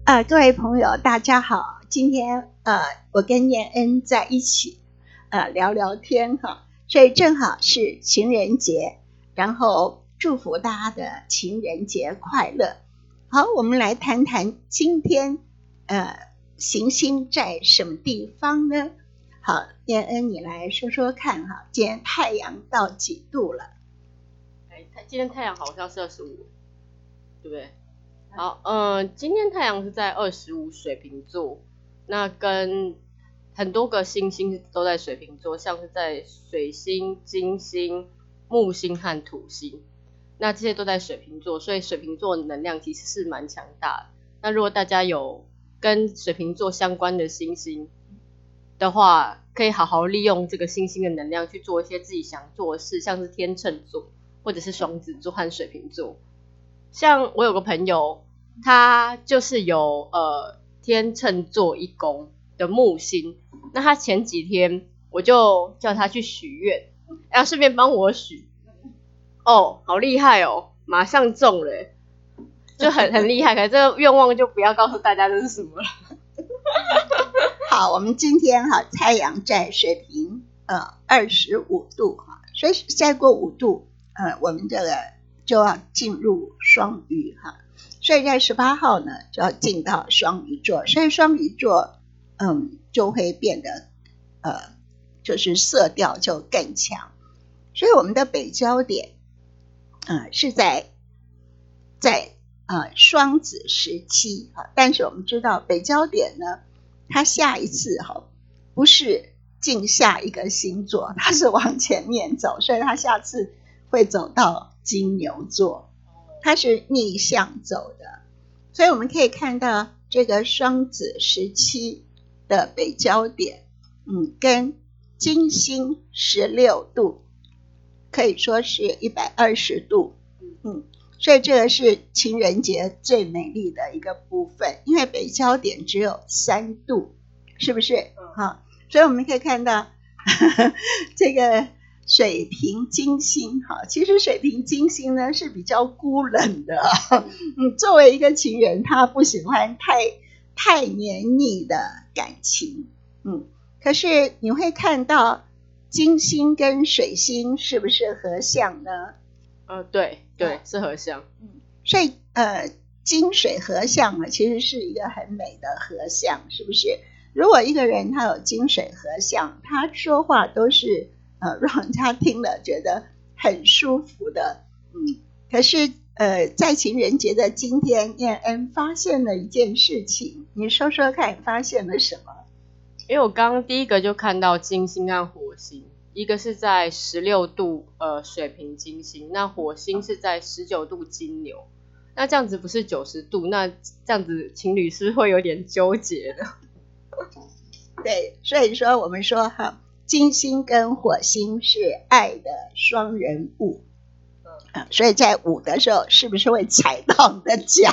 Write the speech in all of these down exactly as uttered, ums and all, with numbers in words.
呃，各位朋友大家好，今天呃我跟燕恩在一起呃聊聊天哈，所以正好是情人节，然后祝福大家的情人节快乐。好，我们来谈谈今天呃行星在什么地方呢？好，燕恩你来说说看哈，今天太阳到几度了？ 哎，今天太阳好像是二十五，对不对？好，嗯，今天太阳是在二十五水瓶座，那跟很多个星星都在水瓶座，像是在水星、金星、木星和土星，那这些都在水瓶座，所以水瓶座能量其实是蛮强大的。那如果大家有跟水瓶座相关的星星的话，可以好好利用这个星星的能量去做一些自己想做的事，像是天秤座或者是双子座和水瓶座。像我有个朋友，他就是有呃天秤座一宫的木星，那他前几天我就叫他去许愿，然后顺便帮我许，哦，好厉害哦，马上中了耶，就很很厉害，可是这个愿望就不要告诉大家这是什么了。 好，我们今天哈太阳在水瓶呃二十五度哈，所以再过五度呃我们这个就要进入双鱼哈，所以在十八号呢就要进到双鱼座，所以双鱼座嗯就会变得呃就是色调就更强，所以我们的北焦点呃是在在呃双子时期哈，但是我们知道北焦点呢，它下一次哈不是进下一个星座，它是往前面走，所以它下次会走到金牛座，它是逆向走的，所以我们可以看到这个双子时期的北焦点，嗯，跟金星十六度，可以说是一百二十度，嗯，所以这个是情人节最美丽的一个部分，因为北焦点只有三度，是不是？好，所以我们可以看到呵呵这个水瓶金星，好，其实水瓶金星呢是比较孤冷的，嗯，作为一个情人，他不喜欢太太黏腻的感情，嗯，可是你会看到金星跟水星是不是合相呢？ 呃，对对，是合相， 嗯，所以呃，金水合相呢，其实是一个很美的合相，是不是？如果一个人他有金水合相，他说话都是呃让人家听了觉得很舒服的，嗯。可是呃，在情人节的今天，燕恩发现了一件事情，你说说看，发现了什么？ 因为我刚刚第一个就看到金星和火星，一个是在十六度呃水瓶金星，那火星是在十九度金牛，那这样子不是九十度，那这样子情侣是会有点纠结的。 对，所以说我们说哈，金星跟火星是爱的双人舞，嗯，所以在舞的时候是不是会踩到你的脚？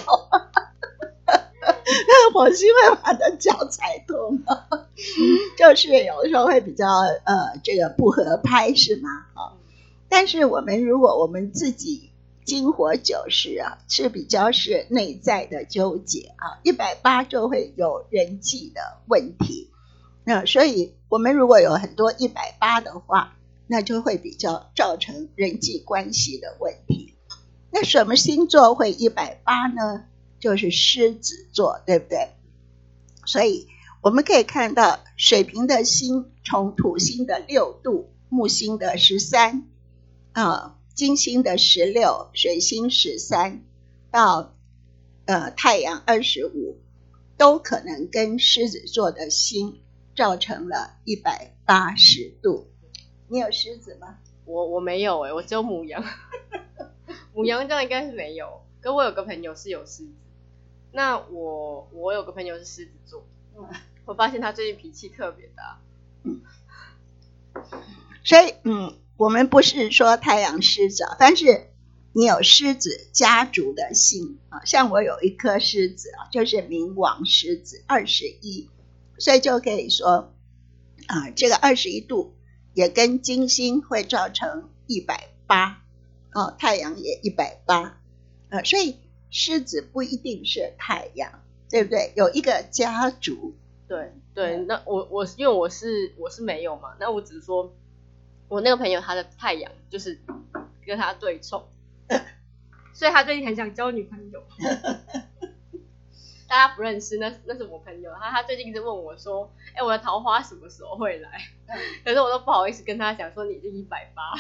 火星会把你的脚踩痛，就是有时候会比较呃这个不合拍，是吗？哦，但是我们如果我们自己金火九十啊，是比较是内在的纠结啊，一百八就会有人际的问题。那所以我们如果有很多一百八的话，那就会比较造成人际关系的问题。那什么星座会一百八呢？就是狮子座，对不对？所以我们可以看到水瓶的星从土星的六度，木星的十三，呃，金星的十六，水星十三，到呃太阳二十五，都可能跟狮子座的星造成了一百八十度。你有狮子吗？ 我我没有诶、欸，我只有牡羊。牡羊这样应该是没有，可我有个朋友是有狮子。那我我有个朋友是狮子座，嗯，我发现他最近脾气特别大。 嗯，所以嗯，我们不是说太阳狮子，但是你有狮子家族的星啊，像我有一颗狮子啊，就是冥王狮子二十一，所以就可以说啊，这个二十一度也跟金星会造成一百八，哦，太阳也一百八，呃，所以狮子不一定是太阳， 对不对？有一个家族。 对对，那我我因为我是我是没有嘛，那我只是说我那个朋友他的太阳就是跟他对冲，所以他最近很想交女朋友。大家不认识，那那是我朋友，他他最近一直问我说，哎、欸，我的桃花什么时候会来？可是我都不好意思跟他讲说你是一百八。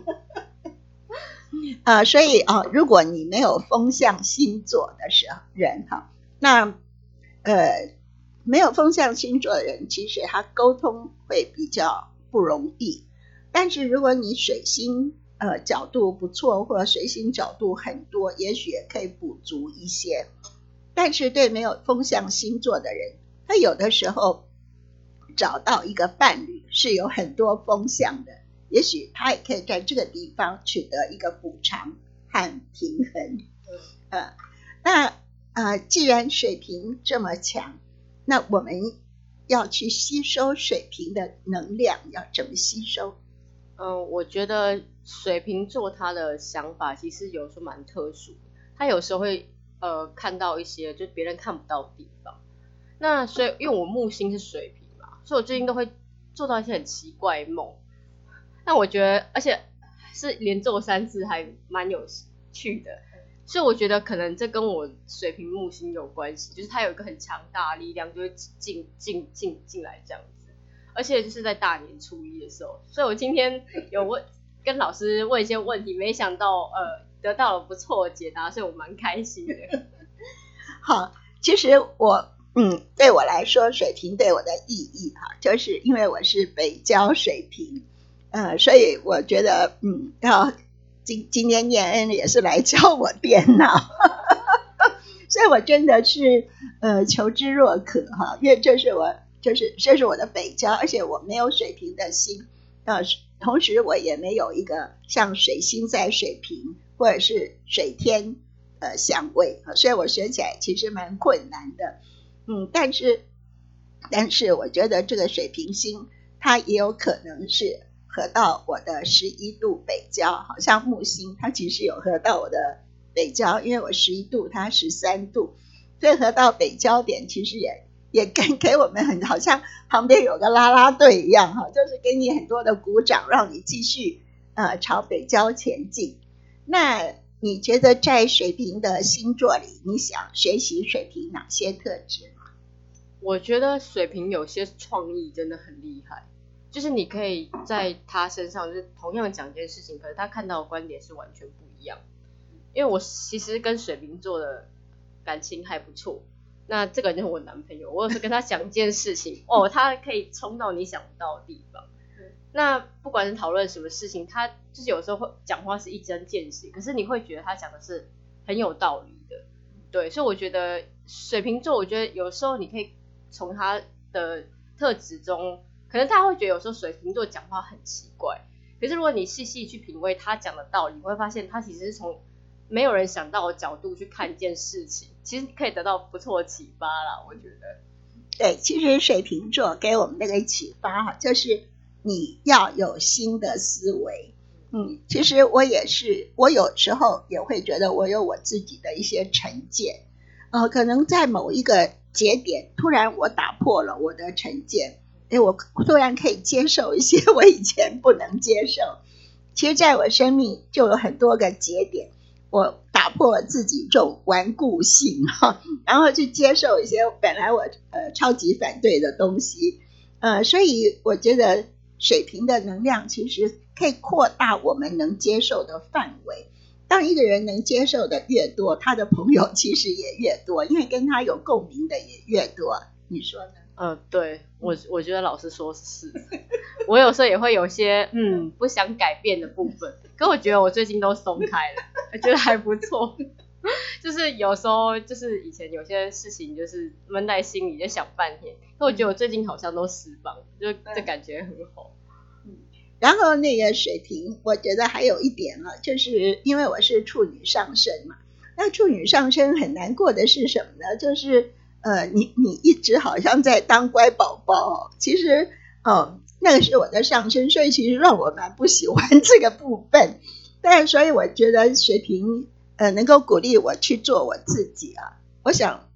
呃，所以啊、呃，如果你没有风象星座的时候人哈，那呃没有风象星座的人，其实他沟通会比较不容易。但是如果你水星呃角度不错，或者水星角度很多，也许也可以补足一些。但是对没有风象星座的人，他有的时候找到一个伴侣是有很多风象的，也许他也可以在这个地方取得一个补偿和平衡。呃，那呃，既然水瓶这么强，那我们要去吸收水瓶的能量，要怎么吸收？ 嗯，我觉得水瓶座他的想法其实有时候蛮特殊的，他有时候会呃看到一些就别人看不到的地方。那所以因为我木星是水瓶嘛，所以我最近都会做到一些很奇怪的梦。那我觉得，而且是连做三次，还蛮有趣的。所以我觉得可能这跟我水瓶木星有关系，就是它有一个很强大的力量，就会进进进进来这样子。而且就是在大年初一的时候，所以我今天有问跟老师问一些问题，没想到呃得到了不错的解答，所以我蛮开心的。 好，其实我嗯对我来说，水瓶对我的意义哈，就是因为我是北交水瓶，呃，所以我觉得嗯要今今天念恩也是来教我电脑。所以我真的是呃求知若渴哈，因为这是我就是这是我的北交，而且我没有水瓶的心，呃，同时我也没有一个像水星在水瓶或者是水天呃相位，所以我学起来其实蛮困难的，嗯，但是但是我觉得这个水瓶星它也有可能是合到我的十一度北交，好像木星它其实有合到我的北交，因为我十一度它十三度，所以合到北交点其实也也给给我们很好像旁边有个啦啦队一样哈，就是给你很多的鼓掌，让你继续呃朝北交前进。那你觉得在水瓶的星座里，你想学习水瓶哪些特质？ 我觉得水瓶有些创意真的很厉害，就是你可以在他身上，就是同样讲一件事情，可是他看到的观点是完全不一样。因为我其实跟水瓶座的感情还不错，那这个人就是我男朋友，我有时跟他讲一件事情，哦，他可以冲到你想不到的地方。那不管是讨论什么事情，他就是有时候会讲话是一针见血，可是你会觉得他讲的是很有道理的，对，所以我觉得水瓶座，我觉得有时候你可以从他的特质中，可能大家会觉得有时候水瓶座讲话很奇怪，可是如果你细细去品味他讲的道理，你会发现他其实是从没有人想到的角度去看一件事情，其实可以得到不错的启发啦，我觉得。 对，其实水瓶座给我们那个启发哈，就是你要有新的思维。嗯，其实我也是，我有时候也会觉得我有我自己的一些成见，呃，可能在某一个节点，突然我打破了我的成见，诶，我突然可以接受一些我以前不能接受。其实在我生命就有很多个节点，我打破了自己这种顽固性，然后去接受一些本来我呃超级反对的东西，呃，所以我觉得水瓶的能量其实可以扩大我们能接受的范围。当一个人能接受的越多，他的朋友其实也越多，因为跟他有共鸣的也越多。你说呢？ 嗯、呃，对，我我觉得老师说是，我有时候也会有些嗯不想改变的部分，可我觉得我最近都松开了，我觉得还不错。就是有时候就是以前有些事情就是闷在心里就想半天，可我觉得我最近好像都释放，就这感觉很好。 然后那个水瓶，我觉得还有一点啊，就是因为我是处女上升嘛，那处女上升很难过的是什么呢？就是呃，你你一直好像在当乖宝宝，其实哦，那个是我的上升，所以其实让我蛮不喜欢这个部分。但所以我觉得水瓶呃能够鼓励我去做我自己啊，我想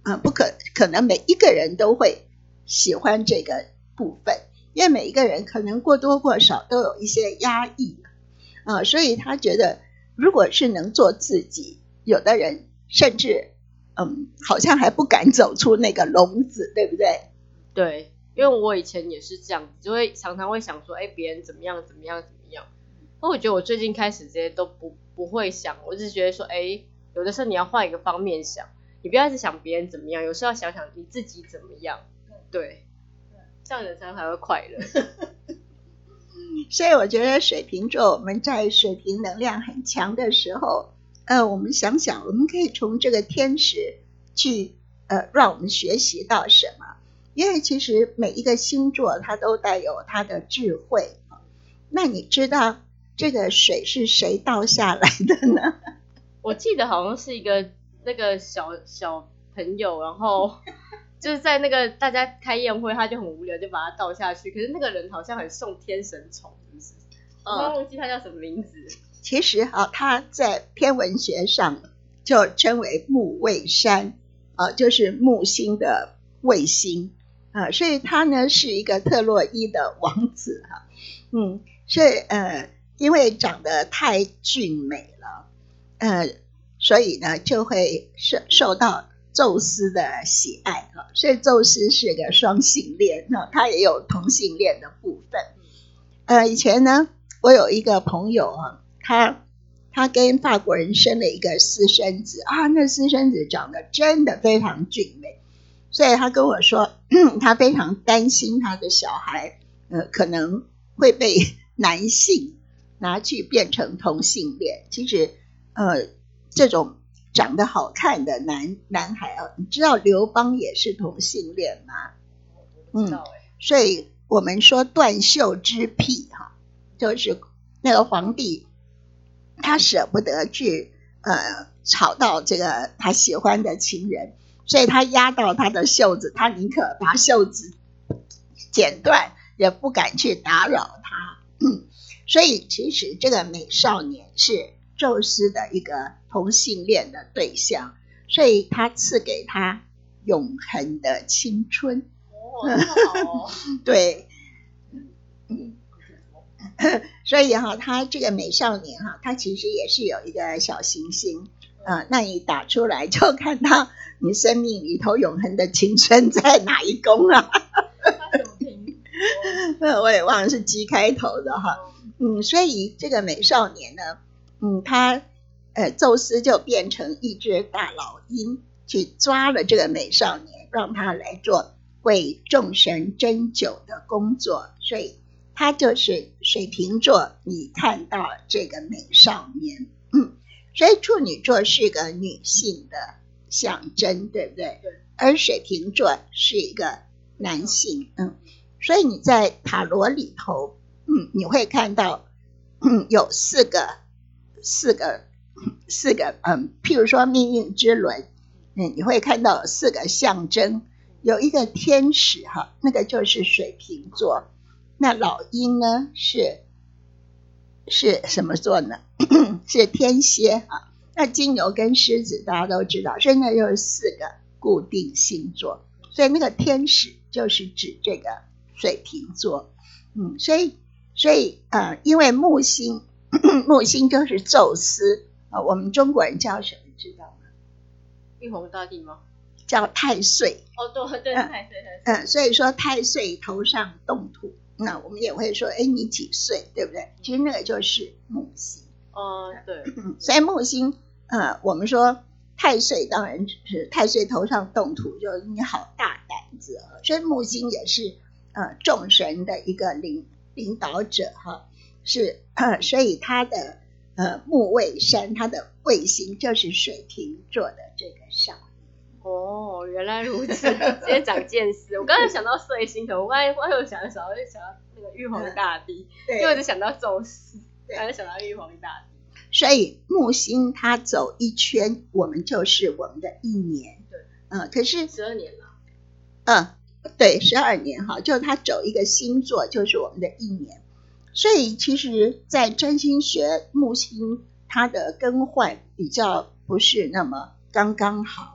呃，不可可能每一个人都会喜欢这个部分，因为每一个人可能过多过少都有一些压抑啊、呃，所以他觉得如果是能做自己，有的人甚至嗯，好像还不敢走出那个笼子，对不对？ 对，因为我以前也是这样子，就会常常会想说，哎，别人怎么样怎么样怎么样。那我觉得我最近开始这些都不不会想，我只是觉得说，哎，有的时候你要换一个方面想，你不要一直想别人怎么样，有时候要想想你自己怎么样。对，这样人生才会快乐。 所以我觉得水瓶座我们在水瓶能量很强的时候，呃，我们想想，我们可以从这个天使去呃，让我们学习到什么？因为其实每一个星座它都带有它的智慧。那你知道这个水是谁倒下来的呢？ 我记得好像是一个那个小小朋友，然后就是在那个大家开宴会，他就很无聊，就把它倒下去。可是那个人好像很送天神宠，是不是？我忘记他叫什么名字。 其实啊，他在天文学上就称为木卫三，啊，就是木星的卫星啊，所以他呢是一个特洛伊的王子哈、啊，嗯，所以呃，因为长得太俊美了，呃，所以呢就会受受到宙斯的喜爱哈、啊，所以宙斯是个双性恋，那、啊、他也有同性恋的部分。呃，以前呢，我有一个朋友啊。他他跟法国人生了一个私生子啊，那私生子长得真的非常俊美，所以他跟我说，嗯、他非常担心他的小孩，呃，可能会被男性拿去变成同性恋。其实，呃，这种长得好看的男男孩啊，你知道刘邦也是同性恋吗？ 我不知道哎、 嗯，所以我们说断袖之癖哈、啊，就是那个皇帝。他舍不得去呃吵到这个他喜欢的情人，所以他压到他的袖子，他宁可把袖子剪断，也不敢去打扰他。嗯，所以其实这个美少年是宙斯的一个同性恋的对象，所以他赐给他永恒的青春。 哦，这么好哦。 对，嗯。所以哈、啊，他这个美少年哈、啊，他其实也是有一个小行星啊、呃，那你打出来就看到你生命里头永恒的青春在哪一宫啊？ 他怎么拼？ 我也忘了是 G 开头的哈。嗯，所以这个美少年呢，嗯，他呃，宙斯就变成一只大老鹰，去抓了这个美少年，让他来做为众神针灸的工作，所以。他就是水瓶座，你看到这个美少年，嗯，所以处女座是个女性的象征，对不对？ 对。 而水瓶座是一个男性，嗯，所以你在塔罗里头，嗯，你会看到，嗯，有四个，四个，四个，嗯，譬如说命运之轮，嗯，你会看到有四个象征，有一个天使哈，那个就是水瓶座。那老鹰呢是是什么座呢？是天蝎啊。那金牛跟狮子大家都知道，所以那就是四个固定星座。所以那个天使就是指这个水瓶座。嗯，所以所以呃，因为木星木星就是宙斯啊、呃，我们中国人叫什么知道吗？ 玉皇大帝吗？ 叫太岁。 哦，对对，太岁太岁。 嗯，所以说太岁头上动土。那我们也会说，哎，你几岁，对不对？其实那个就是木星。 哦、呃，对。 所以木星，呃，我们说太岁当然是太岁头上动土，就是你好大胆子。所以木星也是呃众神的一个领领导者哈，是、呃、所以他的呃木卫三，他的卫星就是水瓶座的这个少年。 哦，原来如此，直接长见识。我刚才想到岁星头，我刚才我有想到想到就想到那个玉皇大帝，因为我只想到宙斯，还是想到玉皇大帝。 所以木星它走一圈，我们就是我们的一年。 对， 嗯、呃，可是十二年了。 嗯，对，十二年哈，就它走一个星座就是我们的一年。所以其实，在占星学，木星它的更换比较不是那么刚刚好。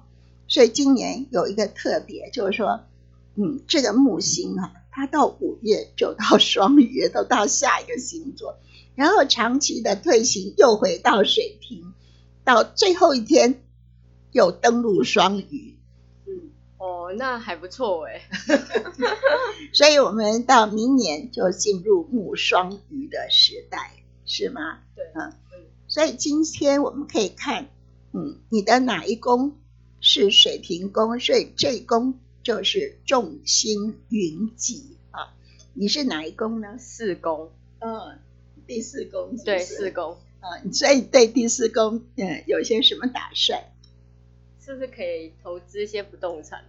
所以今年有一个特别，就是说，嗯，这个木星啊，它到五月就到双鱼，都到下一个星座，然后长期的退行又回到水瓶，到最后一天又登陆双鱼。 嗯，哦，那还不错哎。 所以我们到明年就进入木双鱼的时代，是吗？ 对， 嗯，所以今天我们可以看，嗯，你的哪一宫是水瓶宫，所以这一宫就是众星云集啊。你是哪一宫呢？ 四宫。 嗯，第四宫是不是？ 对，四宫。 啊，所以对第四宫，嗯，有些什么打算？ 是不是可以投资一些不动产？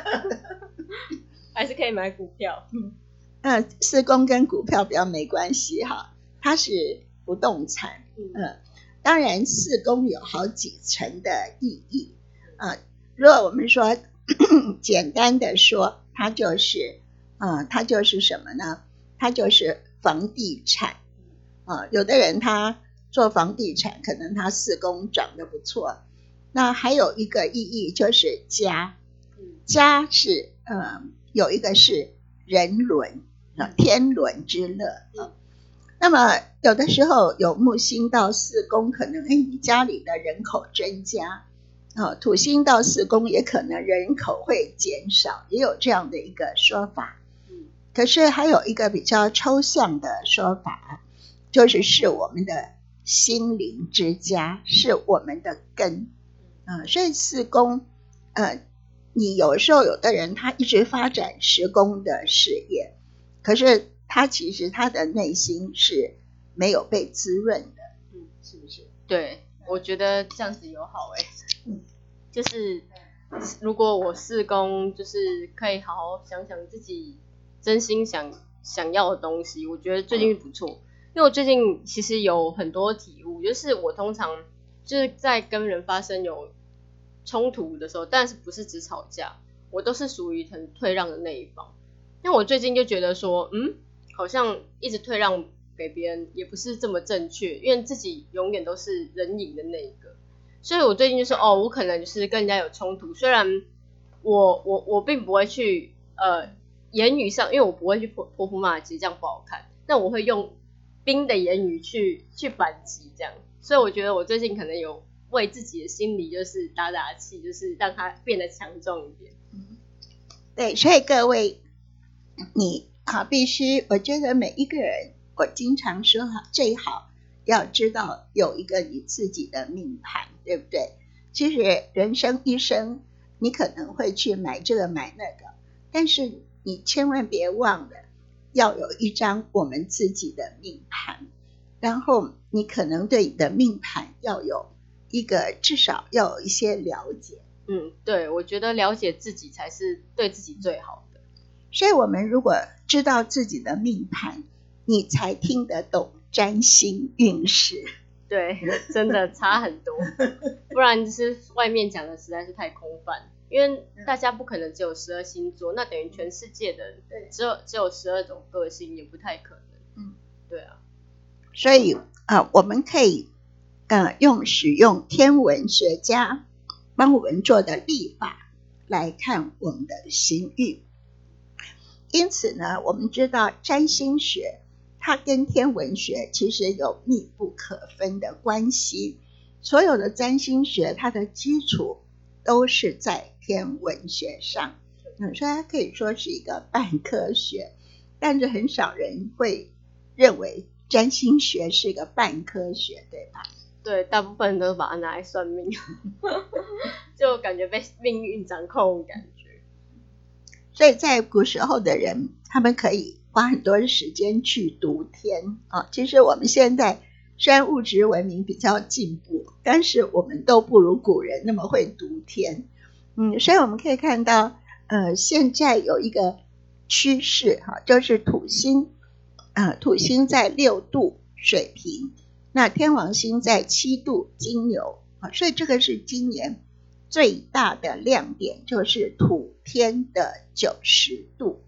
还是可以买股票？ 嗯，呃，四宫跟股票比较没关系哈，它是不动产。嗯，呃、当然四宫有好几层的意义啊、呃。如果我们说咳咳简单的说，它就是啊、呃，它就是什么呢？它就是房地产啊、呃。有的人他做房地产，可能他四宫长得不错。那还有一个意义就是家，家是呃有一个是人伦啊，天伦之乐啊。那么有的时候有木星到四宫，可能哎你家里的人口增加啊，土星到四宫也可能人口会减少，也有这样的一个说法。可是还有一个比较抽象的说法，就是是我们的心灵之家，是我们的根。啊、呃，所以四宫，呃，你有时候有的人他一直发展十宫的事业，可是他其实他的内心是没有被滋润的，嗯，是不是？ 对，我觉得这样子有好哎、欸，嗯，就是如果我四宫就是可以好好想想自己真心想想要的东西，我觉得最近不错，因为我最近其实有很多体悟，就是我通常就是在跟人发生有冲突的时候，但是不是只吵架，我都是属于很退让的那一方。那我最近就觉得说，嗯，好像一直退让给别人也不是这么正确，因为自己永远都是人赢的那一个。所以我最近就是哦，我可能就是跟人家有冲突，虽然我我我并不会去呃言语上，因为我不会去泼泼妇骂街，这样不好看。那我会用冰的言语去去反击，这样。所以我觉得我最近可能有为自己的心理就是打打气，就是让它变得强壮一点。 对，所以各位，你啊必须，我觉得每一个人，我经常说哈，最好要知道有一个你自己的命盘，对不对？其实人生一生，你可能会去买这个买那个，但是你千万别忘了要有一张我们自己的命盘，然后你可能对你的命盘要有一个至少要有一些了解。 嗯，对，我觉得了解自己才是对自己最好的。 所以我们如果知道自己的命盘，你才听得懂占星运势。 对，真的差很多，不然就是外面讲的实在是太空泛，因为大家不可能只有十二星座，那等于全世界的只有只有十二种个性，也不太可能。嗯，对啊。 所以啊、呃，我们可以呃用使用天文学家帮我们做的历法来看我们的行运。因此呢，我们知道占星学它跟天文学其实有密不可分的关系。所有的占星学它的基础都是在天文学上，嗯，所以它可以说是一个半科学，但是很少人会认为占星学是一个半科学，对吧？ 对，大部分人都把它拿来算命，就感觉被命运掌控感觉。 所以在古时候的人，他们可以花很多时间去读天啊。其实我们现在虽然物质文明比较进步，但是我们都不如古人那么会读天。嗯，所以我们可以看到，呃，现在有一个趋势哈、啊，就是土星，呃，土星在六度水瓶。那天王星在七度金牛，所以这个是今年最大的亮点，就是土天的九十度。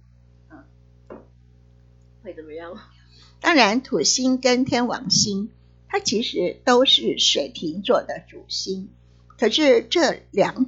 会怎么样？ 当然土星跟天王星它其实都是水瓶座的主星，可是这两者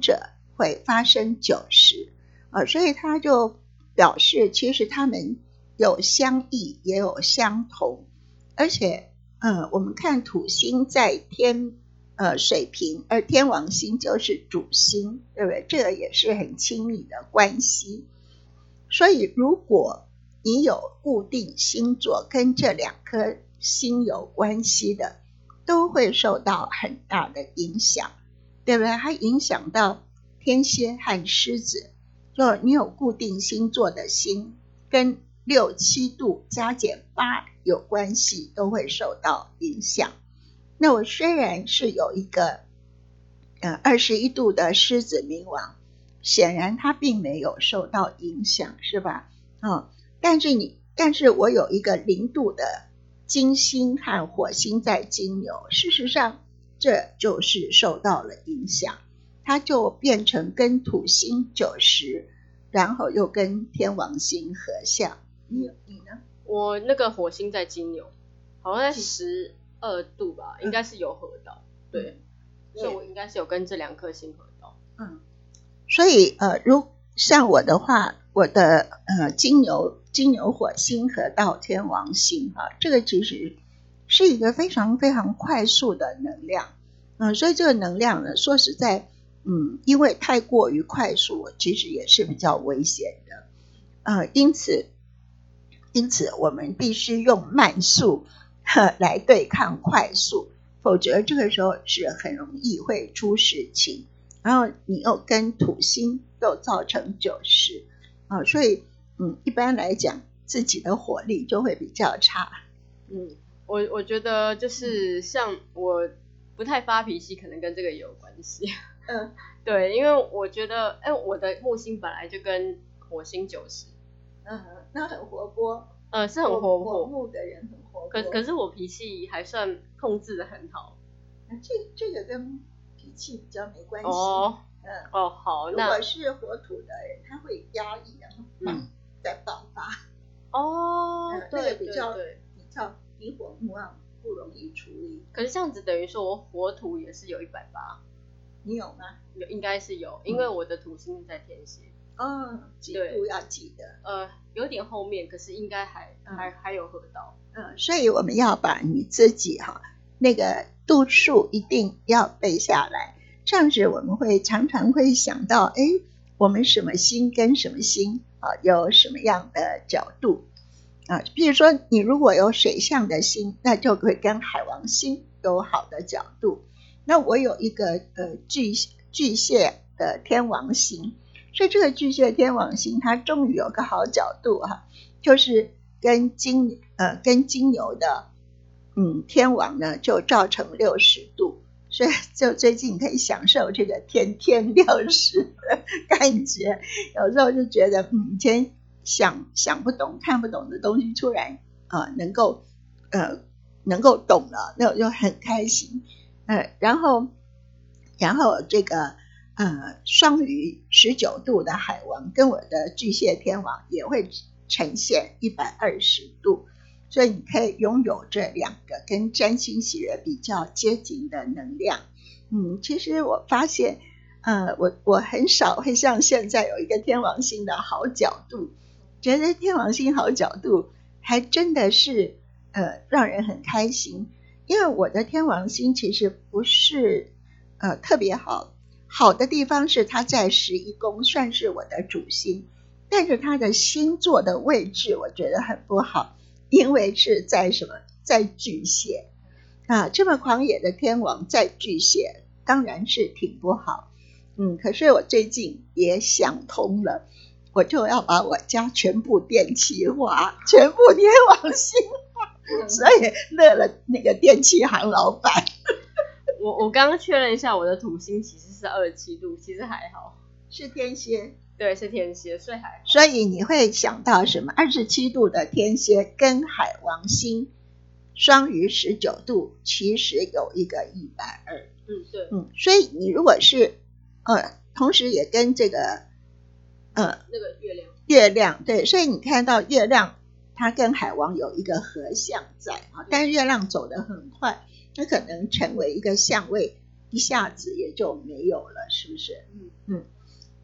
会发生九十，呃，所以他就表示其实他们有相异也有相同，而且呃，我们看土星在天呃水瓶，而天王星就是主星，对不对？这个也是很亲密的关系。所以如果你有固定星座跟这两颗星有关系的，都会受到很大的影响，对不对？它影响到天蝎和狮子，就你有固定星座的星跟六七度加减八有关系，都会受到影响。那我虽然是有一个呃二十一度的狮子冥王，显然它并没有受到影响，是吧？嗯，但是你，但是我有一个零度的金星和火星在金牛，事实上这就是受到了影响，它就变成跟土星九十，然后又跟天王星合相。你你呢？ 我那个火星在金牛，好像在十二度吧，应该是有合到，对，所以我应该是有跟这两颗星合到。 嗯，所以呃，如像我的话，我的呃金牛金牛火星合到天王星哈、啊，这个其实是一个非常非常快速的能量，嗯、呃，所以这个能量呢，说实在，嗯，因为太过于快速，其实也是比较危险的，呃，因此因此我们必须用慢速呵来对抗快速，否则这个时候是很容易会出事情。然后你又跟土星又造成九十、啊、所以嗯，一般来讲自己的火力就会比较差。 嗯，我我觉得就是像我不太发脾气，可能跟这个也有关系。 嗯， 对，因为我觉得，哎，我的木星本来就跟火星九十， 嗯，那很活泼， 呃，是很活泼，火木的人很活泼。 可可是我脾气还算控制的很好。 这这个跟脾气比较没关系。 哦，嗯，哦，好， 如果是火土的人，他会压抑，然后嗯再爆发。 哦， 嗯、 对， 那个比较对对比较比火木啊不容易处理。 可是这样子等于说我火土也是有一百八， 你有吗？ 有，应该是有，因为我的土星在天蝎。 哦，几度要记得？ 呃，有点后面，可是应该还、嗯、还还有合到。 嗯，所以我们要把你自己哈那个度数一定要背下来，这样子我们会常常会想到，哎，我们什么星跟什么星啊有什么样的角度啊？比如说你如果有水象的星，那就会跟海王星有好的角度。那我有一个呃巨巨蟹的天王星，所以这个巨蟹天王星它终于有个好角度哈、啊，就是跟金呃跟金牛的嗯天王呢就照成六十度，所以就最近可以享受这个天天六十的感觉。有时候就觉得嗯以前想想不懂看不懂的东西，突然啊、呃、能够呃能够懂了，那我就很开心。呃，然后然后这个呃双鱼十九度的海王跟我的巨蟹天王也会呈现一百二十度，所以你可以拥有这两个跟占星喜悦比较接近的能量。嗯，其实我发现呃我我很少会像现在有一个天王星的好角度，觉得天王星好角度还真的是呃让人很开心。因为我的天王星其实不是呃特别好，好的地方是它在十一宫，算是我的主星，但是它的星座的位置我觉得很不好，因为是在什么，在巨蟹啊，这么狂野的天王在巨蟹，当然是挺不好。嗯，可是我最近也想通了，我就要把我家全部电气化，全部天王星化，所以乐了那个电器行老板。 我我刚刚确认一下，我的土星其实是二十七度，其实还好。 是天蝎， 对，是天蝎，所以还好。 所以你会想到什么？二十七度的天蝎跟海王星，双鱼十九度，其实有一个一百二。 嗯，对， 嗯，所以你如果是呃，同时也跟这个呃那个月亮， 月亮对，所以你看到月亮它跟海王有一个合相在啊，但是月亮走得很快，那可能成为一个相位，一下子也就没有了，是不是？ 嗯嗯，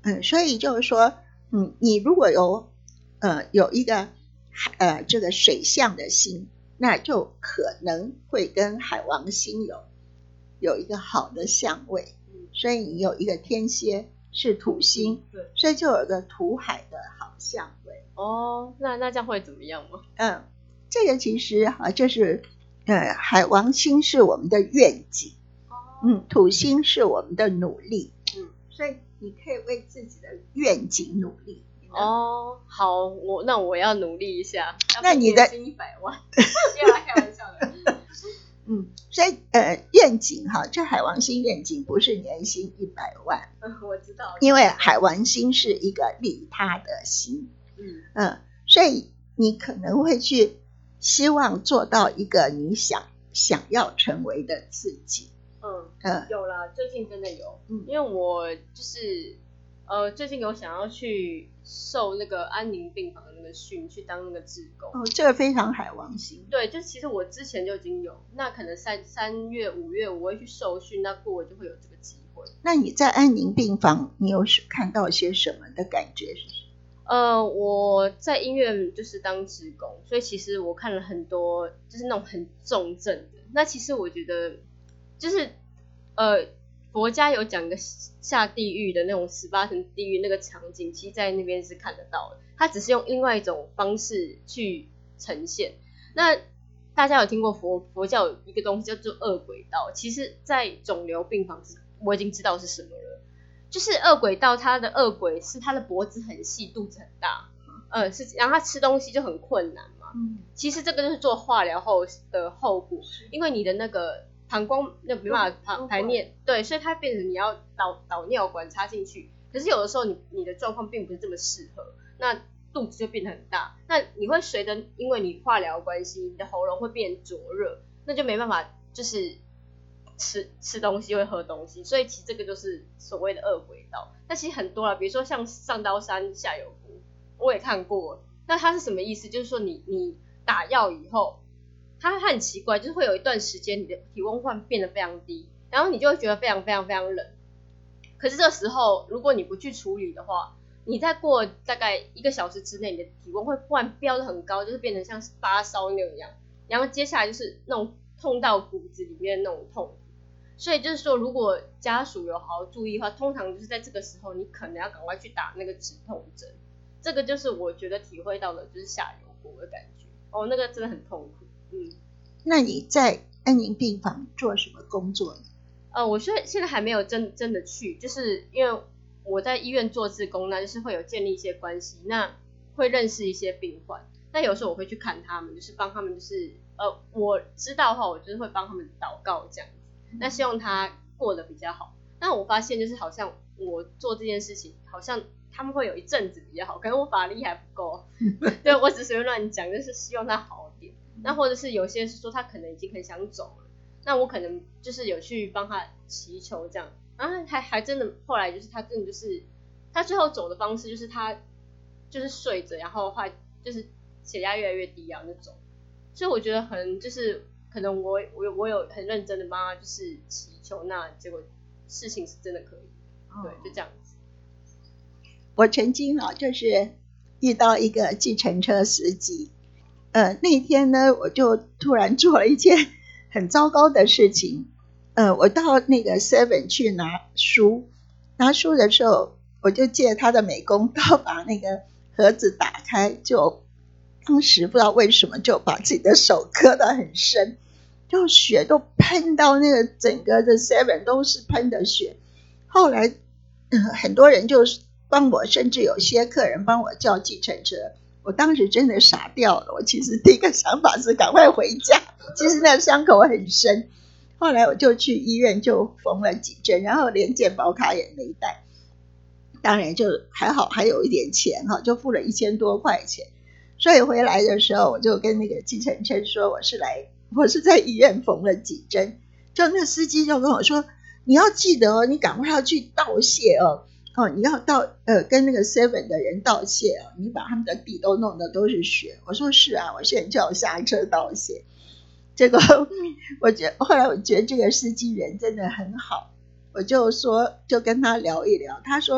嗯，所以就是说，嗯，你如果有呃有一个呃这个水象的星，那就可能会跟海王星有有一个好的相位，所以你有一个天蝎是土星， 对， 所以就有一个土海的好相位。 哦，那那这样会怎么样吗？ 嗯，这个其实啊，就是呃海王星是我们的愿景，嗯，土星是我们的努力，嗯，所以你可以为自己的愿景努力。 哦，好，我那我要努力一下。 那你的一百万，不要开玩笑的。 嗯，所以呃，愿景哈，这海王星愿景不是年薪一百万， 嗯，我知道， 因为海王星是一个利他的星， 嗯嗯，所以你可能会去希望做到一个你想想要成为的自己。 嗯嗯， 有啦，最近真的有， 嗯， 因为我就是呃，最近有想要去受那个安宁病房的那个训，去当那个志工。 哦，这个非常海王星。 对，就其实我之前就已经有，那可能三三月、五月我会去受训，那过就会有这个机会。 那你在安宁病房，你有看到些什么的感觉是什么？ 呃，我在医院就是当志工，所以其实我看了很多，就是那种很重症的。那其实我觉得，就是呃，佛家有讲一个下地狱的那种十八层地狱那个场景，其实在那边是看得到的。它只是用另外一种方式去呈现。那大家有听过佛佛教有一个东西叫做恶鬼道，其实在肿瘤病房我已经知道是什么了。就是恶鬼道，它的恶鬼是它的脖子很细，肚子很大，呃，是，然后它吃东西就很困难嘛。嗯，其实这个就是做化疗后的后果，因为你的那个膀胱那没办法排便，对，所以它变成你要导导尿管插进去。可是有的时候你你的状况并不是这么适合，那肚子就变得很大，那你会随着因为你化疗关系，你的喉咙会变灼热，那就没办法就是吃吃东西会喝东西，所以其实这个就是所谓的恶鬼道。那其实很多啦，比如说像上刀山下油锅，我也看过。那它是什么意思？就是说你你打药以后，它它很奇怪，就是会有一段时间你的体温会变得非常低，然后你就会觉得非常非常非常冷。可是这个时候如果你不去处理的话，你再过大概一个小时之内，你的体温会忽然飙得很高，就是变成像发烧那样，然后接下来就是那种痛到骨子里面的那种痛。所以就是说，如果家属有好好注意的话，通常就是在这个时候，你可能要赶快去打那个止痛针。这个就是我觉得体会到的，就是下油锅的感觉。哦，那个真的很痛苦。嗯， 那你在安宁病房做什么工作呢？ 呃，我现现在还没有真真的去，就是因为我在医院做志工，那就是会有建立一些关系，那会认识一些病患。那有时候我会去看他们，就是帮他们，就是呃，我知道的话，我就是会帮他们祷告这样子。那希望他过得比较好。但我发现就是好像我做这件事情，好像他们会有一阵子比较好，可能我法力还不够。对，我只是乱讲，就是希望他好一点。那或者是有些是说他可能已经很想走了，那我可能就是有去帮他祈求这样，然后还还真的后来就是他真的就是他最后走的方式就是他就是睡着，然后后来就是血压越来越低啊那种。所以我觉得很就是可能我我我有很认真的帮他就是祈求，那结果事情是真的可以，对，就这样子。 我曾经啊，就是遇到一个计程车司机，呃，那天呢，我就突然做了一件很糟糕的事情，呃，我到那个 seven 去拿书，拿书的时候，我就借他的美工刀把那个盒子打开，就当时不知道为什么就把自己的手割得很深，就血都喷到那个整个的 seven 都是喷的血。后来、呃、很多人就帮我，甚至有些客人帮我叫计程车，我当时真的傻掉了。我其实第一个想法是赶快回家，其实那个伤口很深。后来我就去医院就缝了几针，然后连健保卡也没带，当然就还好还有一点钱，就付了一千多块钱。所以回来的时候我就跟那个计程车说我是来我是在医院缝了几针，就那司机就跟我说你要记得哦，你赶快要去道谢哦，哦你要到呃跟那个 seven 的人道谢哦，你把他们的地都弄得都是血。我说是啊，我现在就要下车道谢。结果我觉得后来我觉得这个司机人真的很好，我就说就跟他聊一聊，他说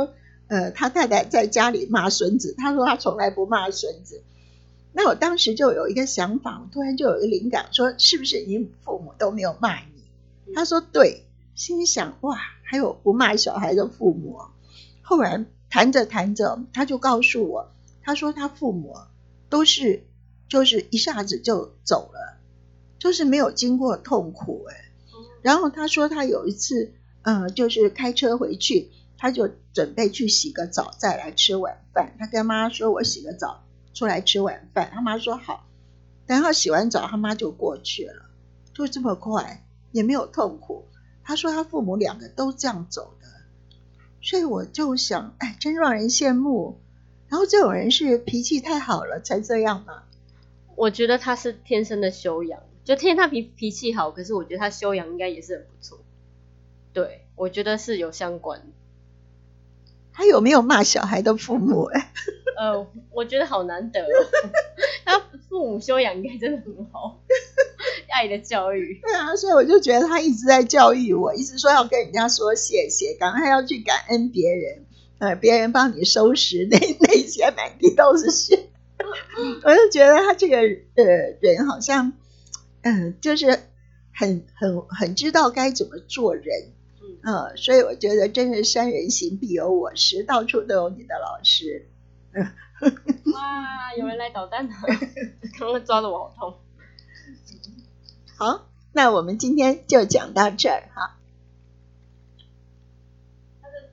呃，他太太在家里骂孙子，他说他从来不骂孙子。那我当时就有一个想法，我突然就有一个灵感，说是不是你父母都没有骂你？他说对，心里想哇，还有不骂小孩的父母。后来谈着谈着，他就告诉我，他说他父母都是就是一下子就走了，就是没有经过痛苦哎。然后他说他有一次，呃，就是开车回去，他就准备去洗个澡再来吃晚饭。他跟妈妈说，我洗个澡出来吃晚饭。他妈说好，然后洗完澡他妈就过去了，就这么快，也没有痛苦。他说他父母两个都这样走的，所以我就想，哎，真让人羡慕。然后这种人是脾气太好了才这样吗？ 我觉得他是天生的修养，就天他脾脾气好，可是我觉得他修养应该也是很不错。对，我觉得是有相关的。 他有没有骂小孩的父母？哎， 呃，我觉得好难得哦，他父母修养应该真的很好，爱的教育。 对啊，所以我就觉得他一直在教育我，一直说要跟人家说谢谢，赶快要去感恩别人，呃，别人帮你收拾那那些满地都是血。我就觉得他这个呃人好像，嗯、呃，就是很很很知道该怎么做人。呃，所以我觉得真是山人行必有我师，到处都有你的老师。 哇，有人来捣蛋了，刚刚抓得我好痛。 好，那我们今天就讲到这儿哈。